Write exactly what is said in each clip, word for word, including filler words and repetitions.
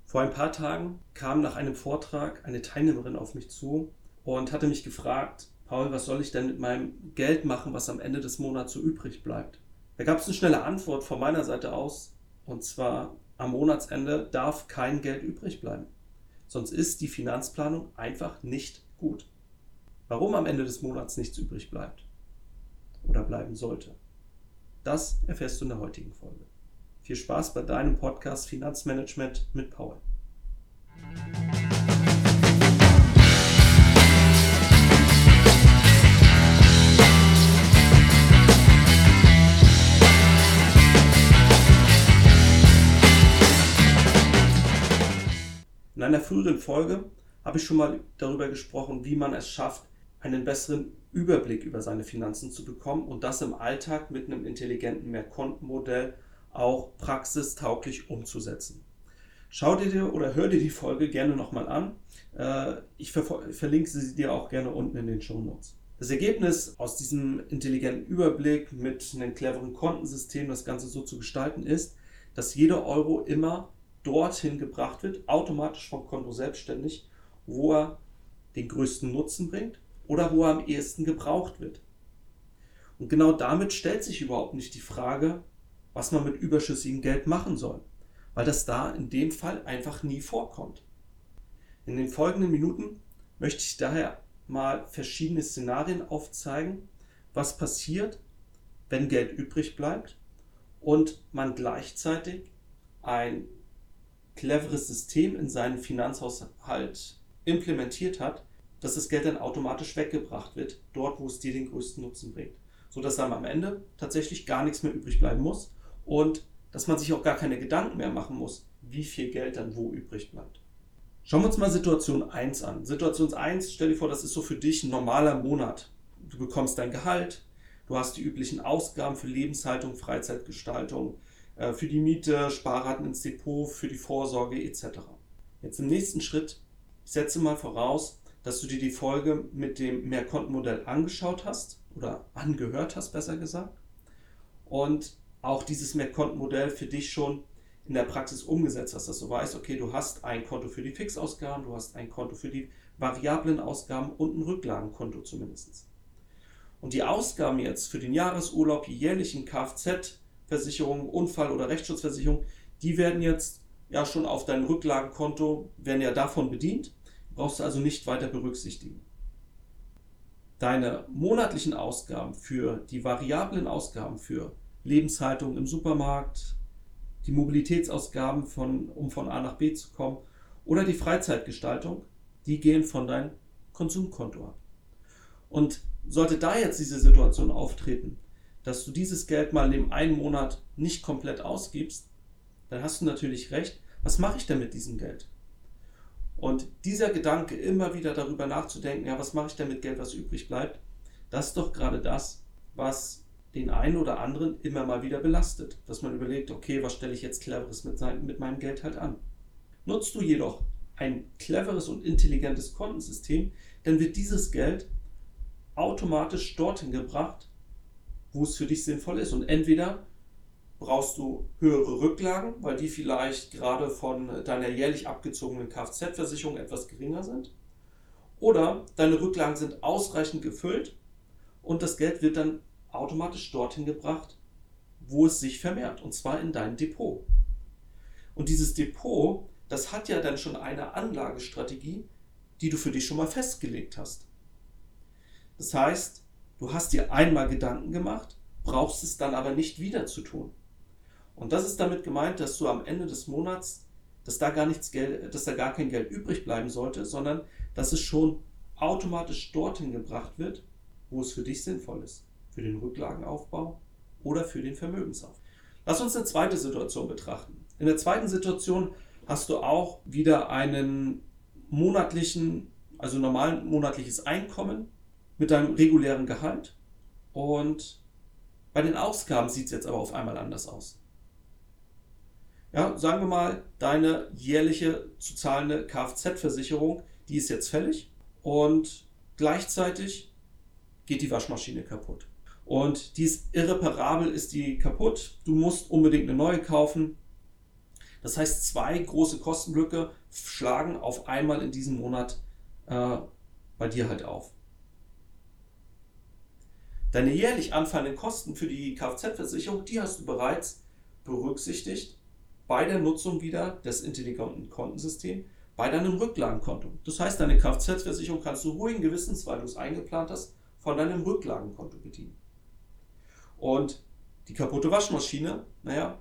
Vor ein paar Tagen kam nach einem Vortrag eine Teilnehmerin auf mich zu und hatte mich gefragt: Paul, was soll ich denn mit meinem Geld machen, was am Ende des Monats so übrig bleibt? Da gab es eine schnelle Antwort von meiner Seite aus, und zwar: Am Monatsende darf kein Geld übrig bleiben. Sonst ist die Finanzplanung einfach nicht gut. Warum am Ende des Monats nichts übrig bleibt oder bleiben sollte, das erfährst du in der heutigen Folge. Viel Spaß bei deinem Podcast Finanzmanagement mit Paul. In einer früheren Folge habe ich schon mal darüber gesprochen, wie man es schafft, einen besseren Überblick über seine Finanzen zu bekommen und das im Alltag mit einem intelligenten Mehrkontenmodell auch praxistauglich umzusetzen. Schau dir oder hör dir die Folge gerne nochmal an. Ich verlinke sie dir auch gerne unten in den Shownotes. Das Ergebnis aus diesem intelligenten Überblick mit einem cleveren Kontensystem, das Ganze so zu gestalten, ist, dass jeder Euro immer dorthin gebracht wird, automatisch vom Konto selbstständig, wo er den größten Nutzen bringt oder wo er am ehesten gebraucht wird. Und genau damit stellt sich überhaupt nicht die Frage, was man mit überschüssigem Geld machen soll, weil das da in dem Fall einfach nie vorkommt. In den folgenden Minuten möchte ich daher mal verschiedene Szenarien aufzeigen, was passiert, wenn Geld übrig bleibt und man gleichzeitig ein cleveres System in seinen Finanzhaushalt implementiert hat, dass das Geld dann automatisch weggebracht wird, dort wo es dir den größten Nutzen bringt, sodass dann am Ende tatsächlich gar nichts mehr übrig bleiben muss und dass man sich auch gar keine Gedanken mehr machen muss, wie viel Geld dann wo übrig bleibt. Schauen wir uns mal Situation eins an. Situation eins, stell dir vor, das ist so für dich ein normaler Monat. Du bekommst dein Gehalt, du hast die üblichen Ausgaben für Lebenshaltung, Freizeitgestaltung, für die Miete, Sparraten ins Depot, für die Vorsorge et cetera. Jetzt im nächsten Schritt, ich setze mal voraus, dass du dir die Folge mit dem Mehrkontenmodell angeschaut hast oder angehört hast, besser gesagt, und auch dieses Mehrkontenmodell für dich schon in der Praxis umgesetzt hast, dass du weißt, okay, du hast ein Konto für die Fixausgaben, du hast ein Konto für die variablen Ausgaben und ein Rücklagenkonto zumindest. Und die Ausgaben jetzt für den Jahresurlaub, die jährlichen Kfz-Versicherungen, Unfall- oder Rechtsschutzversicherung, die werden jetzt ja schon auf dein Rücklagenkonto, werden ja davon bedient, brauchst du also nicht weiter berücksichtigen. Deine monatlichen Ausgaben für die variablen Ausgaben für Lebenshaltung im Supermarkt, die Mobilitätsausgaben, von, um von A nach B zu kommen, oder die Freizeitgestaltung, die gehen von deinem Konsumkonto ab. Und sollte da jetzt diese Situation auftreten, dass du dieses Geld mal in dem einen Monat nicht komplett ausgibst, dann hast du natürlich recht, was mache ich denn mit diesem Geld? Und dieser Gedanke, immer wieder darüber nachzudenken, ja, was mache ich denn mit Geld, was übrig bleibt, das ist doch gerade das, was den einen oder anderen immer mal wieder belastet. Dass man überlegt, okay, was stelle ich jetzt Cleveres mit, sein, mit meinem Geld halt an? Nutzt du jedoch ein cleveres und intelligentes Kontensystem, dann wird dieses Geld automatisch dorthin gebracht, wo es für dich sinnvoll ist. Und entweder brauchst du höhere Rücklagen, weil die vielleicht gerade von deiner jährlich abgezogenen Kfz-Versicherung etwas geringer sind, oder deine Rücklagen sind ausreichend gefüllt und das Geld wird dann automatisch dorthin gebracht, wo es sich vermehrt, und zwar in dein Depot. Und dieses Depot, das hat ja dann schon eine Anlagestrategie, die du für dich schon mal festgelegt hast. Das heißt, du hast dir einmal Gedanken gemacht, brauchst es dann aber nicht wieder zu tun. Und das ist damit gemeint, dass du am Ende des Monats, dass da gar nichts Geld, dass da gar kein Geld übrig bleiben sollte, sondern dass es schon automatisch dorthin gebracht wird, wo es für dich sinnvoll ist. Für den Rücklagenaufbau oder für den Vermögensaufbau. Lass uns eine zweite Situation betrachten. In der zweiten Situation hast du auch wieder einen monatlichen, also normalen monatliches Einkommen mit deinem regulären Gehalt, und bei den Ausgaben sieht es jetzt aber auf einmal anders aus. Ja, sagen wir mal, deine jährliche zu zahlende Kfz-Versicherung, die ist jetzt fällig und gleichzeitig geht die Waschmaschine kaputt. Und die ist irreparabel, ist die kaputt. Du musst unbedingt eine neue kaufen. Das heißt, zwei große Kostenblöcke schlagen auf einmal in diesem Monat äh, bei dir halt auf. Deine jährlich anfallenden Kosten für die Kfz-Versicherung, die hast du bereits berücksichtigt bei der Nutzung wieder des intelligenten Kontensystems bei deinem Rücklagenkonto. Das heißt, deine Kfz-Versicherung kannst du ruhigen Gewissens, weil du es eingeplant hast, von deinem Rücklagenkonto bedienen. Und die kaputte Waschmaschine, naja,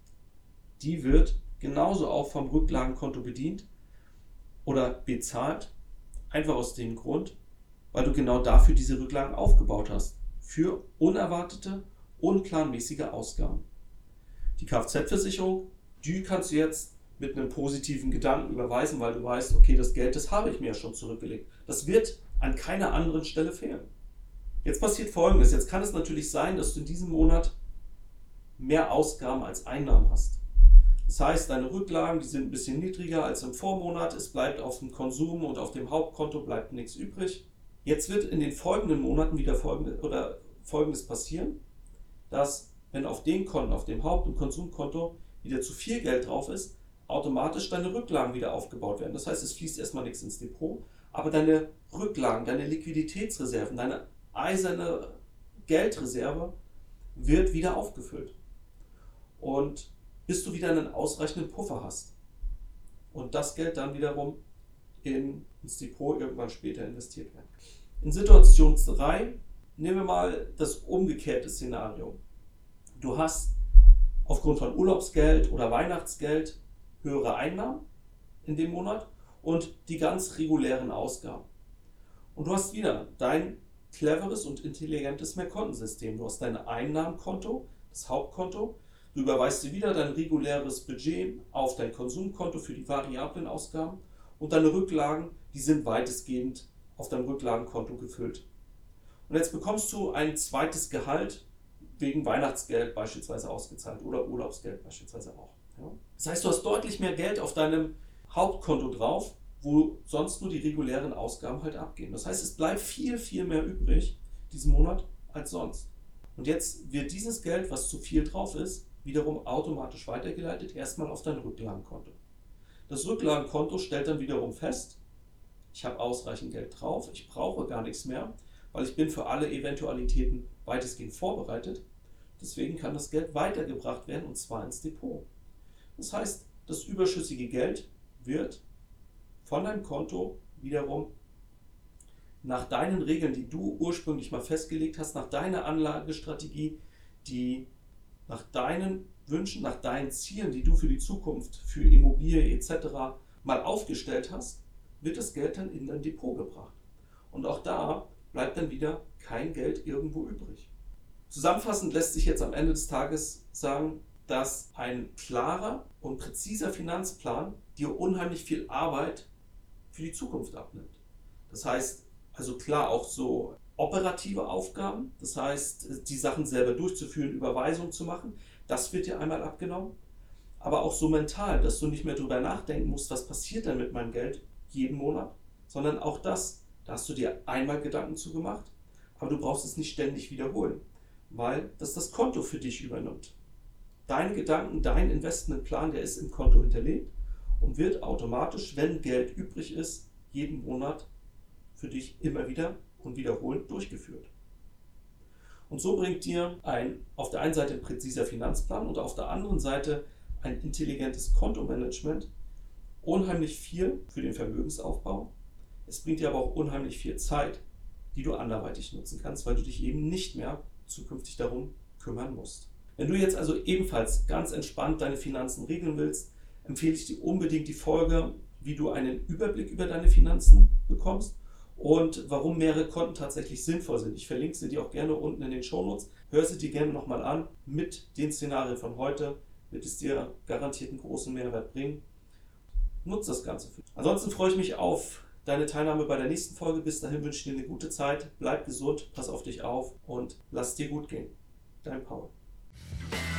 die wird genauso auch vom Rücklagenkonto bedient oder bezahlt, einfach aus dem Grund, weil du genau dafür diese Rücklagen aufgebaut hast, für unerwartete, unplanmäßige Ausgaben. Die Kfz-Versicherung, die kannst du jetzt mit einem positiven Gedanken überweisen, weil du weißt, okay, das Geld, das habe ich mir ja schon zurückgelegt. Das wird an keiner anderen Stelle fehlen. Jetzt passiert Folgendes. Jetzt kann es natürlich sein, dass du in diesem Monat mehr Ausgaben als Einnahmen hast. Das heißt, deine Rücklagen, die sind ein bisschen niedriger als im Vormonat. Es bleibt auf dem Konsum und auf dem Hauptkonto bleibt nichts übrig. Jetzt wird in den folgenden Monaten wieder folgende, oder Folgendes passieren, dass wenn auf den Konten, auf dem Haupt- und Konsumkonto wieder zu viel Geld drauf ist, automatisch deine Rücklagen wieder aufgebaut werden. Das heißt, es fließt erstmal nichts ins Depot, aber deine Rücklagen, deine Liquiditätsreserven, deine eiserne Geldreserve wird wieder aufgefüllt. Und bis du wieder einen ausreichenden Puffer hast. Und das Geld dann wiederum in, ins Depot irgendwann später investiert werden. In Situation drei nehmen wir mal das umgekehrte Szenario. Du hast aufgrund von Urlaubsgeld oder Weihnachtsgeld höhere Einnahmen in dem Monat und die ganz regulären Ausgaben. Und du hast wieder dein cleveres und intelligentes Mehrkontensystem. Du hast dein Einnahmenkonto, das Hauptkonto. Du überweist dir wieder dein reguläres Budget auf dein Konsumkonto für die variablen Ausgaben und deine Rücklagen, die sind weitestgehend auf deinem Rücklagenkonto gefüllt. Und jetzt bekommst du ein zweites Gehalt wegen Weihnachtsgeld beispielsweise ausgezahlt oder Urlaubsgeld beispielsweise auch. Ja? Das heißt, du hast deutlich mehr Geld auf deinem Hauptkonto drauf, wo sonst nur die regulären Ausgaben halt abgehen. Das heißt, es bleibt viel, viel mehr übrig diesen Monat als sonst. Und jetzt wird dieses Geld, was zu viel drauf ist, wiederum automatisch weitergeleitet, erstmal auf dein Rücklagenkonto. Das Rücklagenkonto stellt dann wiederum fest, ich habe ausreichend Geld drauf, ich brauche gar nichts mehr, weil ich bin für alle Eventualitäten weitestgehend vorbereitet. Deswegen kann das Geld weitergebracht werden und zwar ins Depot. Das heißt, das überschüssige Geld wird von deinem Konto wiederum nach deinen Regeln, die du ursprünglich mal festgelegt hast, nach deiner Anlagestrategie, die nach deinen Wünschen, nach deinen Zielen, die du für die Zukunft, für Immobilie et cetera mal aufgestellt hast, wird das Geld dann in dein Depot gebracht. Und auch da bleibt dann wieder kein Geld irgendwo übrig. Zusammenfassend lässt sich jetzt am Ende des Tages sagen, dass ein klarer und präziser Finanzplan dir unheimlich viel Arbeit für die Zukunft abnimmt. Das heißt, also klar auch so operative Aufgaben, das heißt, die Sachen selber durchzuführen, Überweisungen zu machen, das wird dir einmal abgenommen. Aber auch so mental, dass du nicht mehr darüber nachdenken musst, was passiert denn mit meinem Geld jeden Monat, sondern auch das, da hast du dir einmal Gedanken zu gemacht, aber du brauchst es nicht ständig wiederholen, weil das das Konto für dich übernimmt. Deine Gedanken, dein Investmentplan, der ist im Konto hinterlegt und wird automatisch, wenn Geld übrig ist, jeden Monat für dich immer wieder und wiederholend durchgeführt. Und so bringt dir ein, auf der einen Seite ein präziser Finanzplan und auf der anderen Seite ein intelligentes Kontomanagement unheimlich viel für den Vermögensaufbau. Es bringt dir aber auch unheimlich viel Zeit, die du anderweitig nutzen kannst, weil du dich eben nicht mehr zukünftig darum kümmern musst. Wenn du jetzt also ebenfalls ganz entspannt deine Finanzen regeln willst, empfehle ich dir unbedingt die Folge, wie du einen Überblick über deine Finanzen bekommst und warum mehrere Konten tatsächlich sinnvoll sind. Ich verlinke sie dir auch gerne unten in den Shownotes. Hör sie dir gerne nochmal an. Mit den Szenarien von heute wird es dir garantiert einen großen Mehrwert bringen. Nutz das Ganze für dich. Ansonsten freue ich mich auf deine Teilnahme bei der nächsten Folge. Bis dahin wünsche ich dir eine gute Zeit. Bleib gesund, pass auf dich auf und lass es dir gut gehen. Dein Paul.